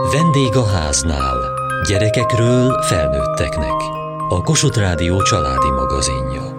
Vendég a háznál. Gyerekekről felnőtteknek. A Kossuth Rádió családi magazinja.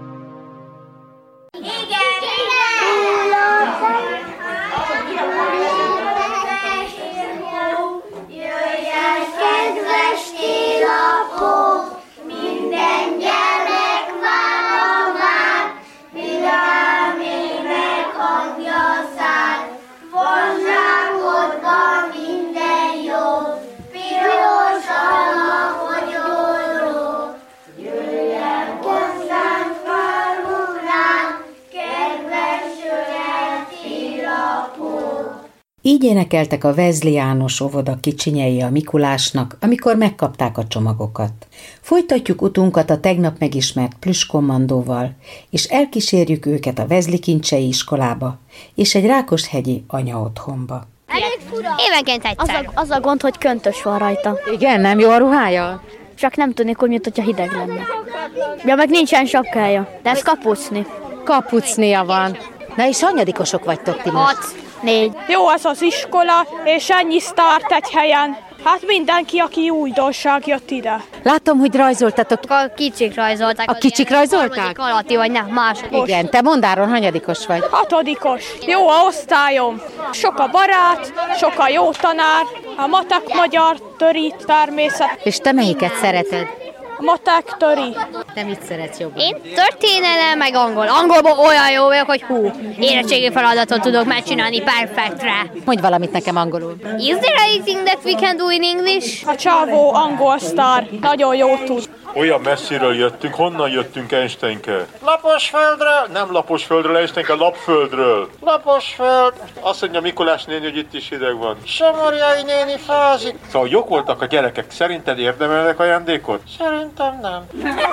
Így énekeltek a Vezli János óvoda kicsinyei a Mikulásnak, amikor megkapták a csomagokat. Folytatjuk utunkat a tegnap megismert plüsskommandóval, és elkísérjük őket a Vezli kincsei iskolába és egy rákoshegyi anyaotthonba. Elég fura. Évenként egyszer. Az a gond, hogy köntös van rajta. Igen, nem jó a ruhája? Csak nem tudni, hogy mint hogyha hideg lenne. Ja, meg nincsen sapkája, de ez kapucni. Kapucnia van. Na és hanyadikosok vagytok ti most? 4. Jó ez az iskola, és ennyi sztárt egy helyen. Hát mindenki, aki újdonság jött ide. Látom, hogy rajzoltatok. A kicsik rajzolták. A kicsik rajzolták? Harmadik alatti, vagy nem, második. Igen, te mondd, hanyadikos vagy? 6. Jó a osztályom. Sok a barát, sok a jó tanár, a matek, magyar, töri, természet. És te melyiket szereted? A matek, töri. Te mit szeretsz jobban? Én történelem, meg angol. Angolban olyan jó vagyok, hogy érettségi feladatot tudok megcsinálni perfektre. Mondj valamit nekem angolul. Is there anything that we can do in English? A csávó angol sztár, nagyon jó tud. Olyan messziről jöttünk, honnan jöttünk, Einsteinke? Laposföldről? Nem Laposföldről, Einsteinke, Lapföldről. Laposföld. Azt mondja Mikulás néni, hogy itt is hideg van. Somorjai néni fázik. Szóval jók voltak a gyerekek. Szerinted érdemelnek ajándékot? Szerintem nem.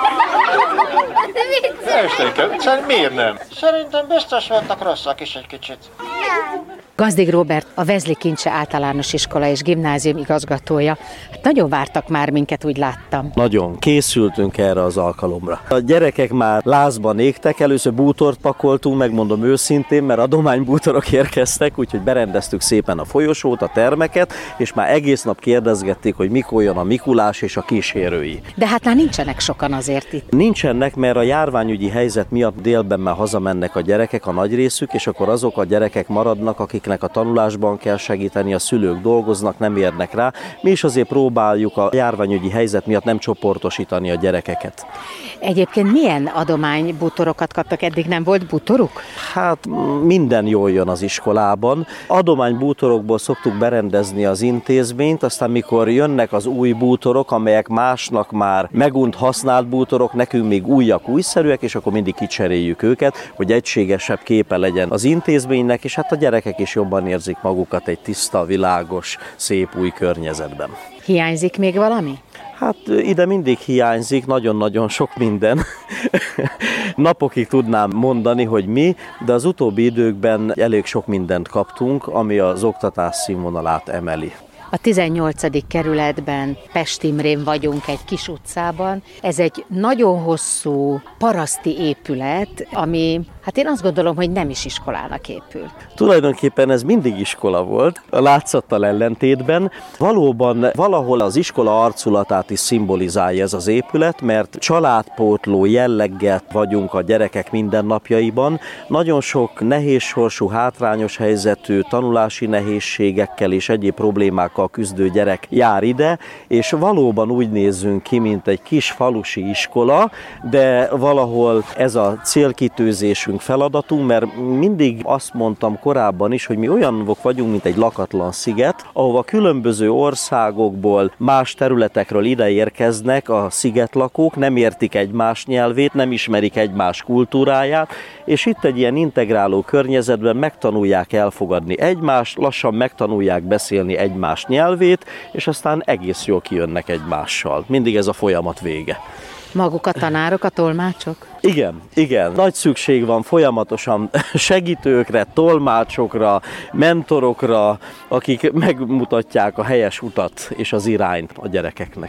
Einsteinke, miért nem? Szerintem biztos voltak rosszak is egy kicsit. Gazdig Róbert, a Vezli Kincse általános iskola és gimnázium igazgatója. Hát nagyon vártak már minket, úgy láttam. Nagyon készültünk erre az alkalomra. A gyerekek már lázban égtek, először bútort pakoltunk, megmondom őszintén, mert adománybútorok érkeztek, úgyhogy berendeztük szépen a folyosót, a termeket, és már egész nap kérdezgették, hogy mikor jön a Mikulás és a kísérői. De hát már nincsenek sokan azért itt. Nincsenek, mert a járványügyi helyzet miatt délben már hazamennek a gyerekek, a nagy részük, és akkor azok a gyerekek maradnak, akiknek a tanulásban kell segíteni, a szülők dolgoznak, nem érnek rá. Mi is azért próbáljuk a járványügyi helyzet miatt nem csoportosítani a gyerekeket. Egyébként milyen adománybútorokat kaptak? Eddig nem volt bútoruk? Hát minden jól jön az iskolában. Adománybútorokból szoktuk berendezni az intézményt, aztán mikor jönnek az új bútorok, amelyek másnak már megunt használt bútorok, nekünk még újak, újszerűek, és akkor mindig kicseréljük őket, hogy egységesebb képe legyen az intézménynek, és hát a gyerekek is jobban érzik magukat egy tiszta, világos, szép új környezetben. Hiányzik még valami? Hát ide mindig hiányzik nagyon-nagyon sok minden. Napokig tudnám mondani, hogy mi, de az utóbbi időkben elég sok mindent kaptunk, ami az oktatás színvonalát emeli. A 18. kerületben, Pest Imrén vagyunk egy kis utcában. Ez egy nagyon hosszú paraszti épület, ami, hát én azt gondolom, hogy nem is iskolának épült. Tulajdonképpen ez mindig iskola volt, a látszattal ellentétben. Valóban valahol az iskola arculatát is szimbolizálja ez az épület, mert családpótló jelleggel vagyunk a gyerekek mindennapjaiban. Nagyon sok nehézsorsú, hátrányos helyzetű, tanulási nehézségekkel és egyéb problémákkal küzdő gyerek jár ide, és valóban úgy nézzünk ki, mint egy kis falusi iskola, de valahol ez a célkitűzésünk, feladatunk, mert mindig azt mondtam korábban is, hogy mi olyanok vagyunk, mint egy lakatlan sziget, ahova különböző országokból, más területekről ide érkeznek a szigetlakók, nem értik egymás nyelvét, nem ismerik egymás kultúráját, és itt egy ilyen integráló környezetben megtanulják elfogadni egymást, lassan megtanulják beszélni egymás nyelvét, és aztán egész jól kijönnek egymással. Mindig ez a folyamat vége. Maguk a tanárok, a tolmácsok? Igen. Nagy szükség van folyamatosan segítőkre, tolmácsokra, mentorokra, akik megmutatják a helyes utat és az irányt a gyerekeknek.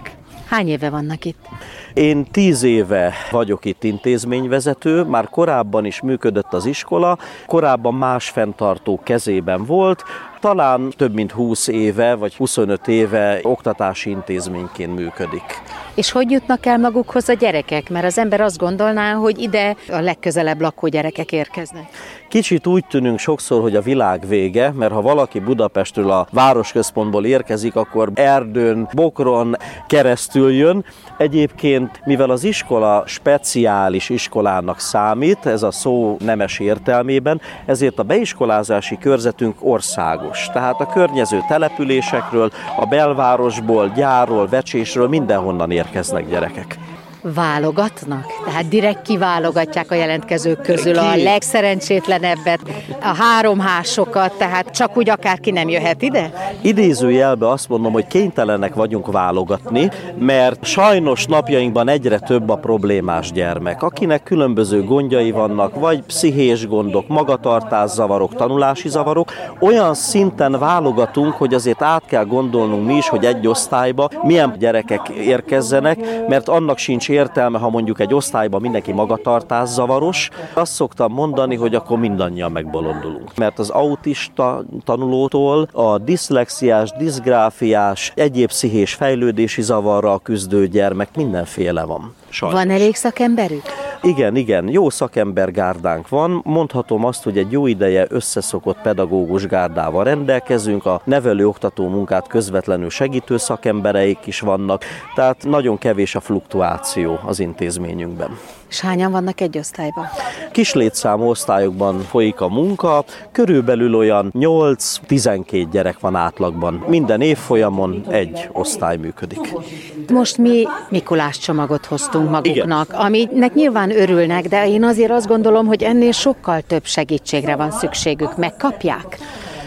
Hány éve vannak itt? Én 10 éve vagyok itt intézményvezető, már korábban is működött az iskola, korábban más fenntartó kezében volt, talán több mint 20 éve vagy 25 éve oktatási intézményként működik. És hogy jutnak el magukhoz a gyerekek? Mert az ember azt gondolná, hogy ide a legközelebb lakó gyerekek érkeznek. Kicsit úgy tűnünk sokszor, hogy a világ vége, mert ha valaki Budapestről a városközpontból érkezik, akkor Erdőn, Bokron keresztül jön. Egyébként, mivel az iskola speciális iskolának számít, ez a szó nemes értelmében, ezért a beiskolázási körzetünk országos. Tehát a környező településekről, a belvárosból, Gyárról, Vecsésről mindenhonnan érkeznek gyerekek. Válogatnak? Tehát direkt kiválogatják a jelentkezők közül a legszerencsétlenebbet, a 3H-sokat, tehát csak úgy akárki nem jöhet ide? Idézőjelben azt mondom, hogy kénytelenek vagyunk válogatni, mert sajnos napjainkban egyre több a problémás gyermek, akinek különböző gondjai vannak, vagy pszichés gondok, magatartászavarok, tanulási zavarok. Olyan szinten válogatunk, hogy azért át kell gondolnunk mi is, hogy egy osztályba milyen gyerekek érkezzenek, mert annak sincs értelme, ha mondjuk egy osztályban mindenki magatartászavaros. Azt szoktam mondani, hogy akkor mindannyian megbolondulunk. Mert az autista tanulótól a diszlexiás, diszgráfiás, egyéb pszichés fejlődési zavarral küzdő gyermek mindenféle van. Sajnos. Van elég szakemberük? Igen, jó szakembergárdánk van. Mondhatom azt, hogy egy jó ideje összeszokott pedagógus gárdával rendelkezünk, a nevelő-oktató munkát közvetlenül segítő szakembereik is vannak, tehát nagyon kevés a fluktuáció az intézményünkben. És hányan vannak egy osztályban? Kis létszámú osztályokban folyik a munka, körülbelül olyan 8-12 gyerek van átlagban. Minden évfolyamon egy osztály működik. Most mi Mikulás csomagot hoztunk maguknak, igen, aminek nyilván örülnek, de én azért azt gondolom, hogy ennél sokkal több segítségre van szükségük. Megkapják?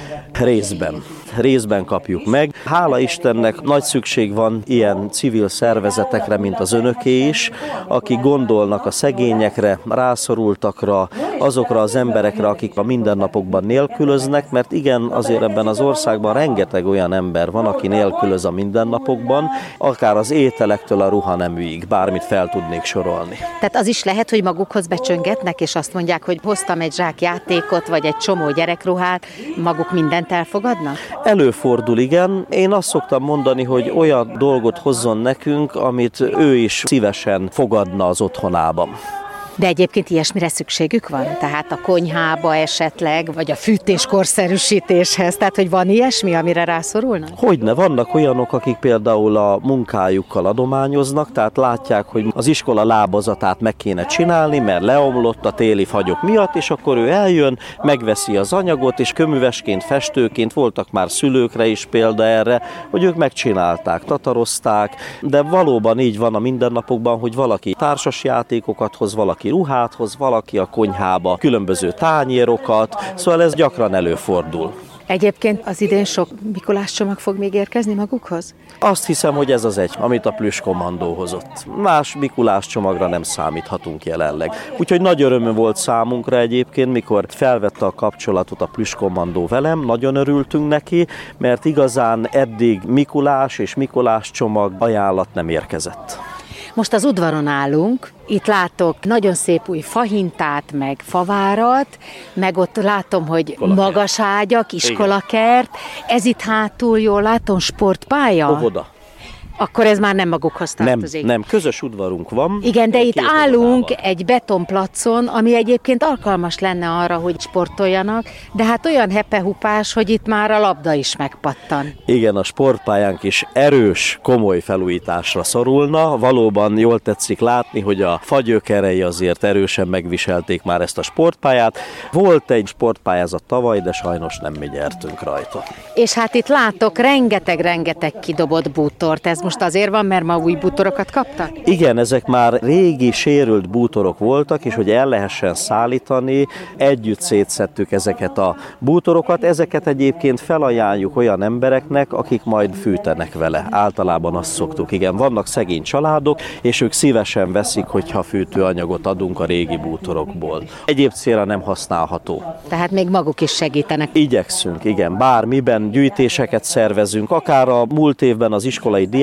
Részben kapjuk meg. Hála Istennek nagy szükség van ilyen civil szervezetekre, mint az önöké is, akik gondolnak a szegényekre, rászorultakra, azokra az emberekre, akik a mindennapokban nélkülöznek, mert igen, azért ebben az országban rengeteg olyan ember van, aki nélkülöz a mindennapokban, akár az ételektől a ruhaneműig, bármit fel tudnék sorolni. Tehát az is lehet, hogy magukhoz becsöngetnek, és azt mondják, hogy hoztam egy zsák játékot, vagy egy csomó gyerekruhát, maguk mindent elfogadnak? Előfordul, igen. Én azt szoktam mondani, hogy olyan dolgot hozzon nekünk, amit ő is szívesen fogadna az otthonában. De egyébként ilyesmire szükségük van? Tehát a konyhába esetleg, vagy a fűtéskorszerűsítéshez? Tehát, hogy van ilyesmi, amire rászorulnak? Hogyne, vannak olyanok, akik például a munkájukkal adományoznak, tehát látják, hogy az iskola lábazatát meg kéne csinálni, mert leomlott a téli fagyok miatt, és akkor ő eljön, megveszi az anyagot, és köművesként, festőként voltak már szülőkre is példa erre, hogy ők megcsinálták, tatarozták, de valóban így van a mindennapokban, hogy valaki társasjátékokat hoz, valaki ruhát hoz, valaki a konyhába különböző tányérokat, szóval ez gyakran előfordul. Egyébként az idén sok Mikulás csomag fog még érkezni magukhoz? Azt hiszem, hogy ez az egy, amit a Plüskommandó hozott. Más Mikulás csomagra nem számíthatunk jelenleg. Úgyhogy nagy öröm volt számunkra egyébként, mikor felvette a kapcsolatot a Plüskommandó velem, nagyon örültünk neki, mert igazán eddig Mikulás és Mikulás csomag ajánlat nem érkezett. Most az udvaron állunk, itt látok nagyon szép új fahintát, meg favárat, meg ott látom, hogy magas ágyak, iskolakert, ez itt hátul, jól látom, sportpálya? Óvoda. Akkor ez már nem magukhoz tartozik. Nem, közös udvarunk van. Igen, de itt állunk egy betonplacon, ami egyébként alkalmas lenne arra, hogy sportoljanak, de hát olyan hepehupás, hogy itt már a labda is megpattan. Igen, a sportpályánk is erős, komoly felújításra szorulna. Valóban jól tetszik látni, hogy a fagyökerei azért erősen megviselték már ezt a sportpályát. Volt egy sportpályázat tavaly, de sajnos nem mi nyertünk rajta. És hát itt látok rengeteg kidobott bútort. Ez most azért van, mert ma új bútorokat kaptak? Igen, ezek már régi, sérült bútorok voltak, és hogy el lehessen szállítani, együtt szétszedtük ezeket a bútorokat. Ezeket egyébként felajánljuk olyan embereknek, akik majd fűtenek vele. Általában azt szoktuk, igen, vannak szegény családok, és ők szívesen veszik, hogyha fűtőanyagot adunk a régi bútorokból. Egyéb célra nem használható. Tehát még maguk is segítenek. Igyekszünk, igen, bármiben gyűjtéseket szervezünk, akár a múlt évben az iskolai diák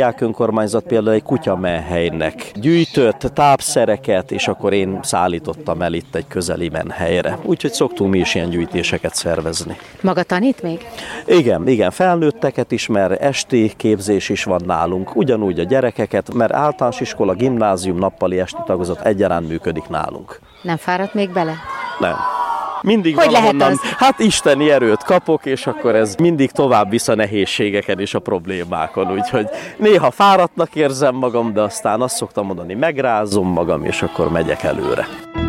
diák önkormányzat például egy kutyamenhelynek gyűjtött tápszereket, és akkor én szállítottam el itt egy közeli menhelyre. Úgyhogy szoktunk mi is ilyen gyűjtéseket szervezni. Maga tanít még? Igen, felnőtteket is, mert esti képzés is van nálunk. Ugyanúgy a gyerekeket, mert általános iskola, gimnázium, nappali esti tagozat egyaránt működik nálunk. Nem fáradt még bele? Nem. Mindig hogy lehet az? Hát isteni erőt kapok, és akkor ez mindig tovább visz a nehézségeken és a problémákon, úgyhogy néha fáradtnak érzem magam, de aztán azt szoktam mondani, megrázom magam, és akkor megyek előre.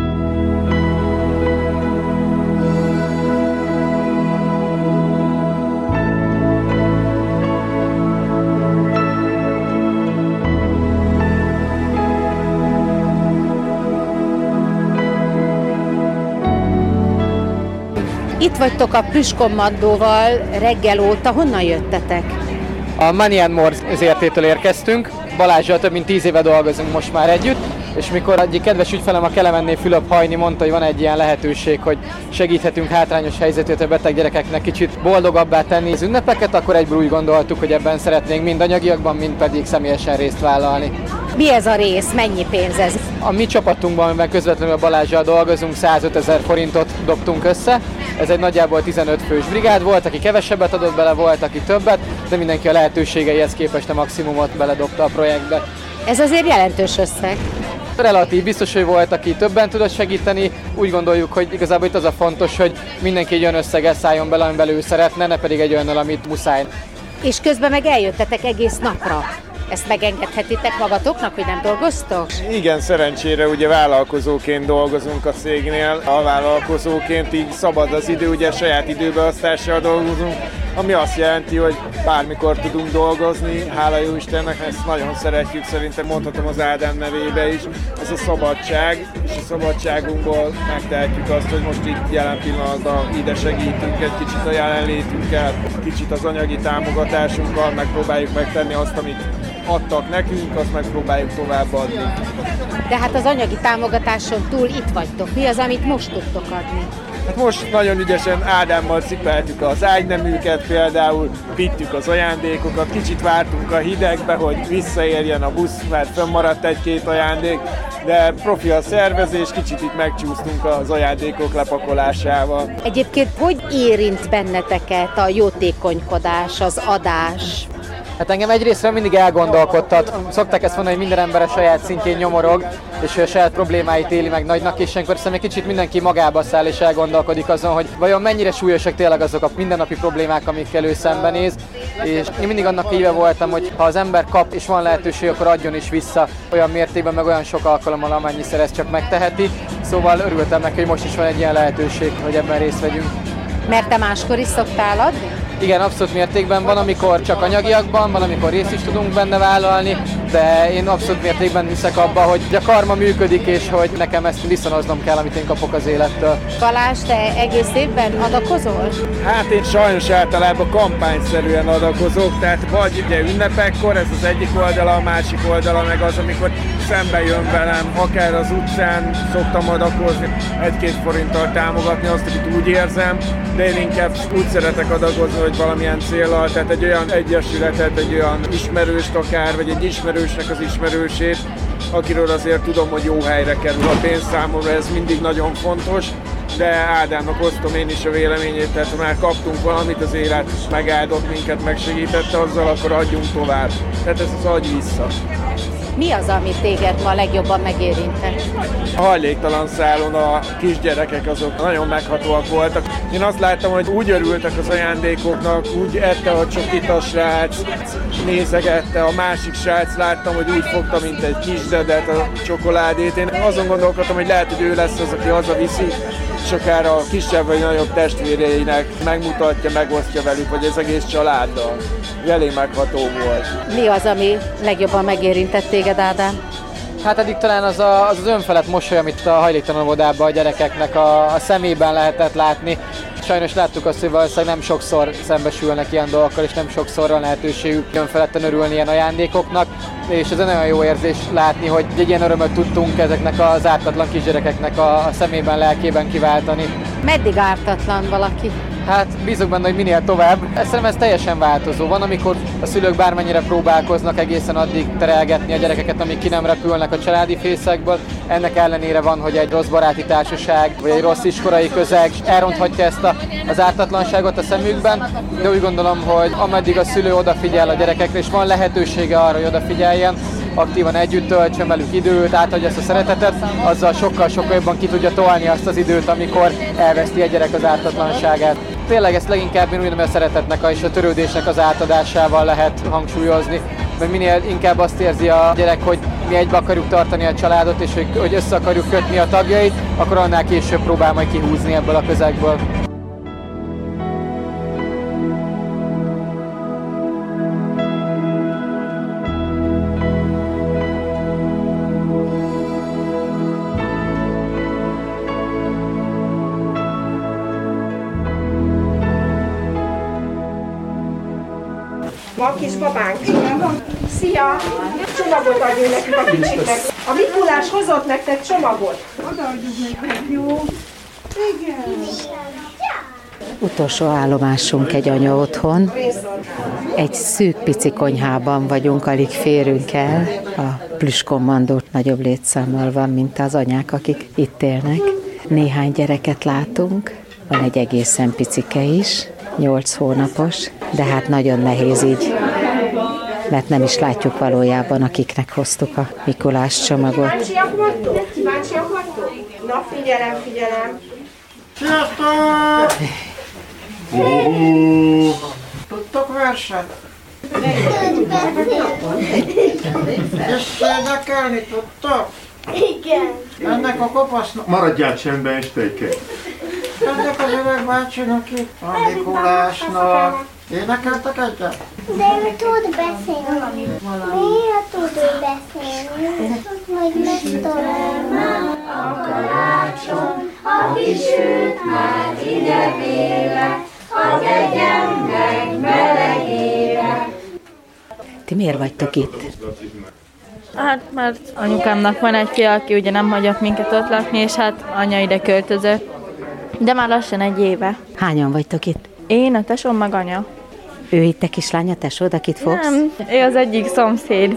Itt vagytok a plüskommandóval reggel óta, honnan jöttetek? A Money & More ZRT-től érkeztünk, Balázsral több mint 10 éve dolgozunk most már együtt, és mikor egyik kedves ügyfelem, a Kelemenné Fülöp-Hajni mondta, hogy van egy ilyen lehetőség, hogy segíthetünk hátrányos helyzetű beteg gyerekeknek kicsit boldogabbá tenni az ünnepeket, akkor egyből úgy gondoltuk, hogy ebben szeretnénk mind anyagiakban, mind pedig személyesen részt vállalni. Mi ez a rész? Mennyi pénz ez? A mi csapatunkban, amiben közvetlenül a Balázsral dolgozunk, 105 000 forintot dobtunk össze. Ez egy nagyjából 15 fős brigád volt, aki kevesebbet adott bele, volt, aki többet, de mindenki a lehetőségeihez képest a maximumot beledobta a projektbe. Ez azért jelentős összeg. Relatív biztos, hogy volt, aki többen tudott segíteni. Úgy gondoljuk, hogy igazából itt az a fontos, hogy mindenki egy olyan összeggel szálljon bele, amiben ő szeretne, ne pedig egy olyannal, amit muszáj. És közben meg eljöttetek egész napra. Ezt megengedhetitek magatoknak, hogy nem dolgoztok? Igen, szerencsére ugye vállalkozóként dolgozunk a cégnél. A vállalkozóként így szabad az idő, ugye saját időbeosztással dolgozunk, ami azt jelenti, hogy bármikor tudunk dolgozni, hála jó Istennek, ezt nagyon szeretjük, szerintem mondhatom az Ádám nevébe is. Ez a szabadság, és a szabadságunkból megtehetjük azt, hogy most itt jelen pillanatban ide segítünk egy kicsit a jelenlétünkkel, kicsit az anyagi támogatásunkkal, megpróbáljuk megtenni azt, amit adtak nekünk, azt megpróbáljuk továbbadni. De hát az anyagi támogatáson túl itt vagytok. Mi az, amit most tudtok adni? Hát most nagyon ügyesen Ádámmal cipeltük az ágyneműket, például vittük az ajándékokat, kicsit vártunk a hidegbe, hogy visszaérjen a busz, mert fönnmaradt egy-két ajándék, de profi a szervezés, kicsit itt megcsúsztunk az ajándékok lepakolásával. Egyébként hogy érint benneteket a jótékonykodás, az adás? Hát engem egyrésztről mindig elgondolkodtat. Szokták ezt mondani, hogy minden ember a saját szintjén nyomorog, és a saját problémáit éli meg nagynak, és ilyenkor szerintem egy kicsit mindenki magába száll és elgondolkodik azon, hogy vajon mennyire súlyosak tényleg azok a mindennapi problémák, amikkel ő szembenéz. És én mindig annak híve voltam, hogy ha az ember kap és van lehetőség, akkor adjon is vissza olyan mértékben, meg olyan sok alkalommal, amennyiszer ezt csak megteheti. Szóval örültem neki, hogy most is van egy ilyen lehetőség, hogy ebben részt vegyünk. Mert te máskor is szoktál adni? Igen, abszolút mértékben van, amikor csak anyagiakban, van, amikor részt is tudunk benne vállalni, de én abszolút mértékben hiszek abba, hogy a karma működik, és hogy nekem ezt viszonoznom kell, amit én kapok az élettől. Balázs, te egész évben adakozol? Hát én sajnos általában kampányszerűen adakozok, tehát vagy ugye ünnepekkor, ez az egyik oldala, a másik oldala meg az, amikor szembe jön velem, akár az utcán szoktam adakozni, 1-2 forinttal támogatni azt, akit úgy érzem, de én inkább úgy szeretek adakozni, hogy valamilyen céllal, tehát egy olyan egyesületet, egy olyan ismerőst akár, vagy egy ismerősnek az ismerősét, akiről azért tudom, hogy jó helyre kerül a pénz, számomra ez mindig nagyon fontos, de Ádámnak osztom én is a véleményét, tehát ha már kaptunk valamit, az élet megáldott minket, megsegítette azzal, akkor adjunk tovább. Tehát ez az adj vissza. Mi az, ami téged ma legjobban megérintett? A hajléktalan szálon a kisgyerekek azok nagyon meghatóak voltak. Én azt láttam, hogy úgy örültek az ajándékoknak, úgy ette a csokit a srác, nézegette, a másik srác láttam, hogy úgy fogta, mint egy kisdedet a csokoládét. Én azon gondolkodtam, hogy lehet, hogy ő lesz az, aki hazaviszi, és akár a kisebb vagy nagyobb testvéreinek megmutatja, megosztja velük, vagy az egész családdal. Elég megható volt. Mi az, ami legjobban megérintett téged, Ádám? Hát eddig talán az önfelett mosoly, amit a hajléktalan óvodában a gyerekeknek a szemében lehetett látni. Sajnos láttuk azt, hogy valószínűleg nem sokszor szembesülnek ilyen dolgokkal, és nem sokszor van lehetőségük önfeledten örülni ilyen ajándékoknak. És ez egy nagyon jó érzés látni, hogy egy ilyen örömöt tudtunk ezeknek az ártatlan kisgyerekeknek a szemében, lelkében kiváltani. Meddig ártatlan valaki? Hát bízok benne, hogy minél tovább. Szerintem ez teljesen változó. Van, amikor a szülők bármennyire próbálkoznak egészen addig terelgetni a gyerekeket, amíg ki nem repülnek a családi fészekből. Ennek ellenére van, hogy egy rossz baráti társaság, vagy egy rossz iskolai közeg elronthatja ezt az ártatlanságot a szemükben, de úgy gondolom, hogy ameddig a szülő odafigyel a gyerekekre, és van lehetősége arra, hogy odafigyeljen, aktívan együtt töltsön velük időt, átadja ezt a szeretetet, azzal sokkal-sokkal jobban ki tudja tolni azt az időt, amikor elveszti a gyerek az ártatlanságát. Tényleg ezt leginkább én úgy a szeretetnek és a törődésnek az átadásával lehet hangsúlyozni, mert minél inkább azt érzi a gyerek, hogy mi egybe akarjuk tartani a családot, és hogy össze akarjuk kötni a tagjait, akkor annál később próbál majd kihúzni ebből a közegből. Van kis babánk? Szia! Csomagot adjunk nekünk a kicsiknek. A Mikulás hozott nektek csomagot. Odaadjuk nektek, jó? Igen. Utolsó állomásunk egy anya otthon. Egy szűk pici konyhában vagyunk, alig férünk el. A plüskommandó nagyobb létszámmal van, mint az anyák, akik itt élnek. Néhány gyereket látunk, van egy egészen picike is, 8 hónapos, de hát nagyon nehéz így, mert nem is látjuk valójában, akiknek hoztuk a Mikulás csomagot. Kíváncsiak vagytok? Kíváncsiak vagytok? Na, figyelem! Sziasztok! Tudtok verset? És énekelni tudtok? Igen. Ennek a kopasznak... Maradjál csendben, Esteike! Ennek az öreg bácsinak itt, a Mikulásnak. Énekeltek egyet? De ő tud beszélni. Miért tud ő beszélni? Hogy megtalálna a karácson, a kis süt már ide véle, az egyenleg melegére. Ti miért vagytok itt? Hát mert anyukámnak van egy fia, aki ugye nem hagyott minket ott lakni, és hát anya ide költözött. De már lassan egy éve. Hányan vagytok itt? Én, a tesóm, meg anya. Ő itt te kislánya, tesód, akit fogsz? Nem, ő az egyik szomszéd.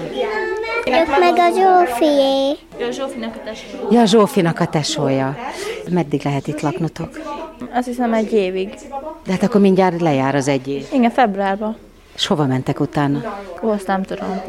Ők meg a Zsófié. Ő Zsófinak a tesója. Ja, Zsófinak a tesója. Meddig lehet itt laknotok? Azt hiszem 1 évig. De hát akkor mindjárt lejár az 1 év. Igen, februárban. És hova mentek utána? Ó, azt nem tudom.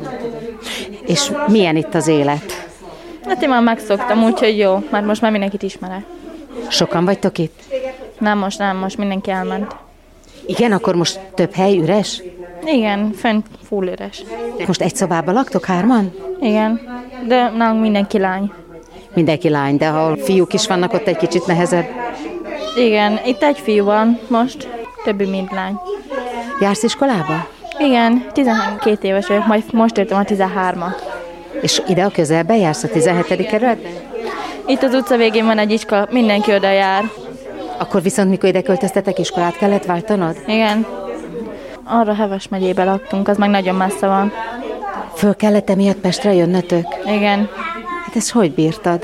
És milyen itt az élet? Hát én már megszoktam, úgyhogy jó, mert most már mindenkit ismerek. Sokan vagytok itt? Nem, most mindenki elment. Igen, akkor most több hely üres? Igen, fent full üres. Most egy szobában laktok 3-an? Igen, de nálunk mindenki lány. Mindenki lány, de ha fiúk is vannak, ott egy kicsit nehezebb? Igen, itt egy fiú van most, többi mind lány. Jársz iskolába? Igen, 12 éves vagyok, majd most értem a 13-at. És ide a közelben jársz, a 17. kerületben? Itt az utca végén van egy iskola, mindenki oda jár. Akkor viszont mikor ide költöztetek, iskolát kellett váltanod? Igen. Arra Heves megyébe laktunk, az meg nagyon messze van. Föl kellett emiatt Pestre jönnötök? Igen. Hát ezt hogy bírtad?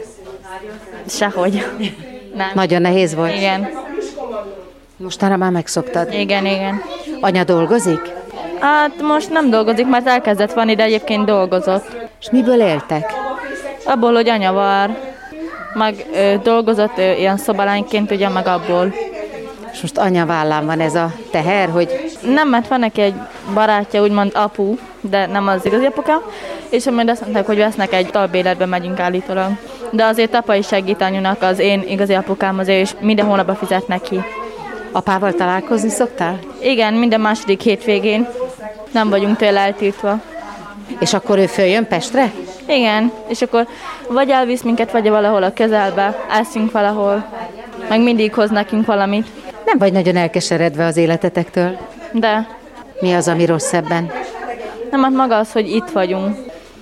Sehogy. Nem. Nagyon nehéz volt? Igen. Mostanra már megszoktad? Igen. Anya dolgozik? Hát most nem dolgozik, mert elkezdett van, de egyébként dolgozott. És miből éltek? Abból, hogy anya var. Meg dolgozott ilyen szobalányként, ugye, meg abból. És most anya vállán van ez a teher, hogy... Nem, mert van neki egy barátja, úgymond apu, de nem az igazi apuka, és majd azt mondták, hogy vesznek egy albéletbe, megyünk állítólag. De azért apa is segít anyunak, az én igazi apukám azért, és minden hónapban fizet neki. Apával találkozni szoktál? Igen, minden második hétvégén. Nem vagyunk tőle eltiltva. És akkor ő följön Pestre? Igen, és akkor vagy elvisz minket, vagy valahol a közelbe, eszünk valahol, meg mindig hoz nekünk valamit. Nem vagy nagyon elkeseredve az életetektől? De. Mi az, ami rossz ebben? Nem, hát maga az, hogy itt vagyunk.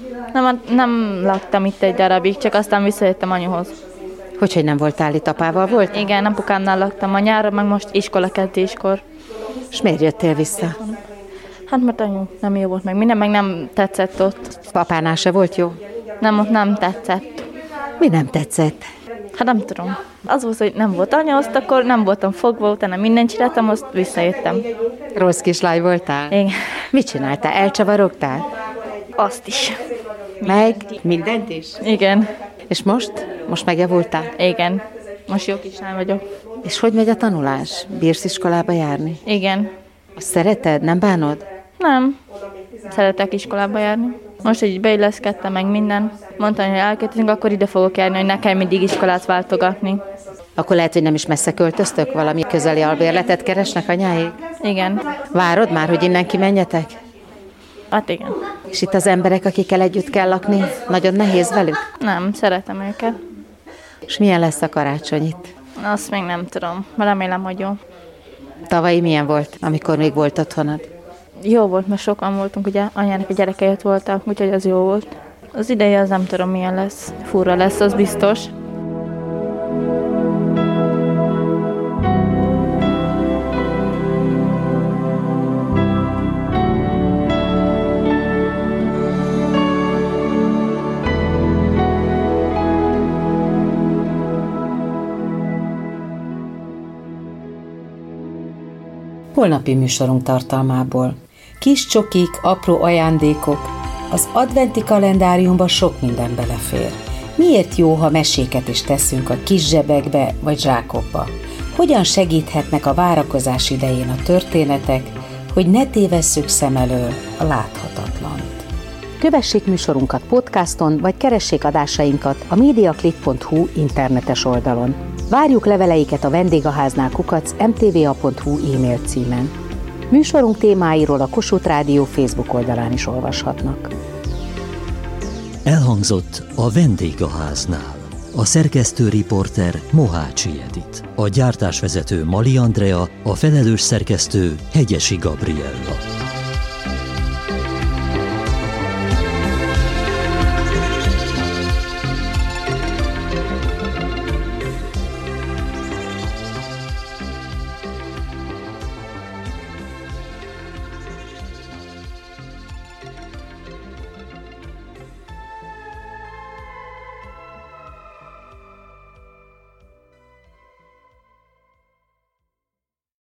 Nem laktam itt egy darabig, csak aztán visszajöttem anyuhoz. Hogy nem voltál itt, apával volt? Igen, apukámnál laktam a nyáron, meg most iskolakezdéskor. És miért jöttél vissza? Hát mert anyu nem jó volt meg minden, meg nem tetszett ott. Apánál se volt jó? Nem, ott nem tetszett. Mi nem tetszett? Hát nem tudom. Az volt, hogy nem volt anya, azt akkor nem voltam fogva, utána mindent csináltam, azt visszajöttem. Rossz kislány voltál? Igen. Mit csináltál? Elcsavarogtál? Azt is. Meg mindent is? Igen. És most? Most megjavultál? Igen. Most jó kislány vagyok. És hogy megy a tanulás? Bírsz iskolába járni? Igen. Azt szereted? Nem bánod? Nem. Szeretek iskolába járni. Most, hogy beilleszkedtem meg minden, mondtam, hogy elköltözünk, akkor ide fogok járni, hogy ne kell mindig iskolát váltogatni. Akkor lehet, hogy nem is messze költöztök? Valami közeli albérletet keresnek anyáig? Igen. Várod már, hogy innen kimenjetek? Hát igen. És itt az emberek, akikkel együtt kell lakni, nagyon nehéz velük? Nem, szeretem őket. És milyen lesz a karácsony itt? Azt még nem tudom. Remélem, hogy jó. Tavalyi milyen volt, amikor még volt otthonod? Jó volt, mert sokan voltunk, ugye anyának a gyerekei ott voltak, úgyhogy az jó volt. Az ideje az nem tudom milyen lesz. Furra lesz, az biztos. Holnapi műsorunk tartalmából. Kis csokik, apró ajándékok. Az adventi kalendáriumban sok minden belefér. Miért jó, ha meséket is teszünk a kis zsebekbe vagy zsákokba? Hogyan segíthetnek a várakozás idején a történetek, hogy ne tévesszük szem elől a láthatatlant? Kövessék műsorunkat podcaston, vagy keressék adásainkat a mediaclick.hu internetes oldalon. Várjuk leveleiket a vendégháznál @mtva.hu e-mail címen. Műsorunk témáiról a Kossuth Rádió Facebook oldalán is olvashatnak. Elhangzott a Vendégháznál. A szerkesztő riporter Mohácsi Edit. A gyártásvezető Mali Andrea, a felelős szerkesztő Hegyesi Gabriella.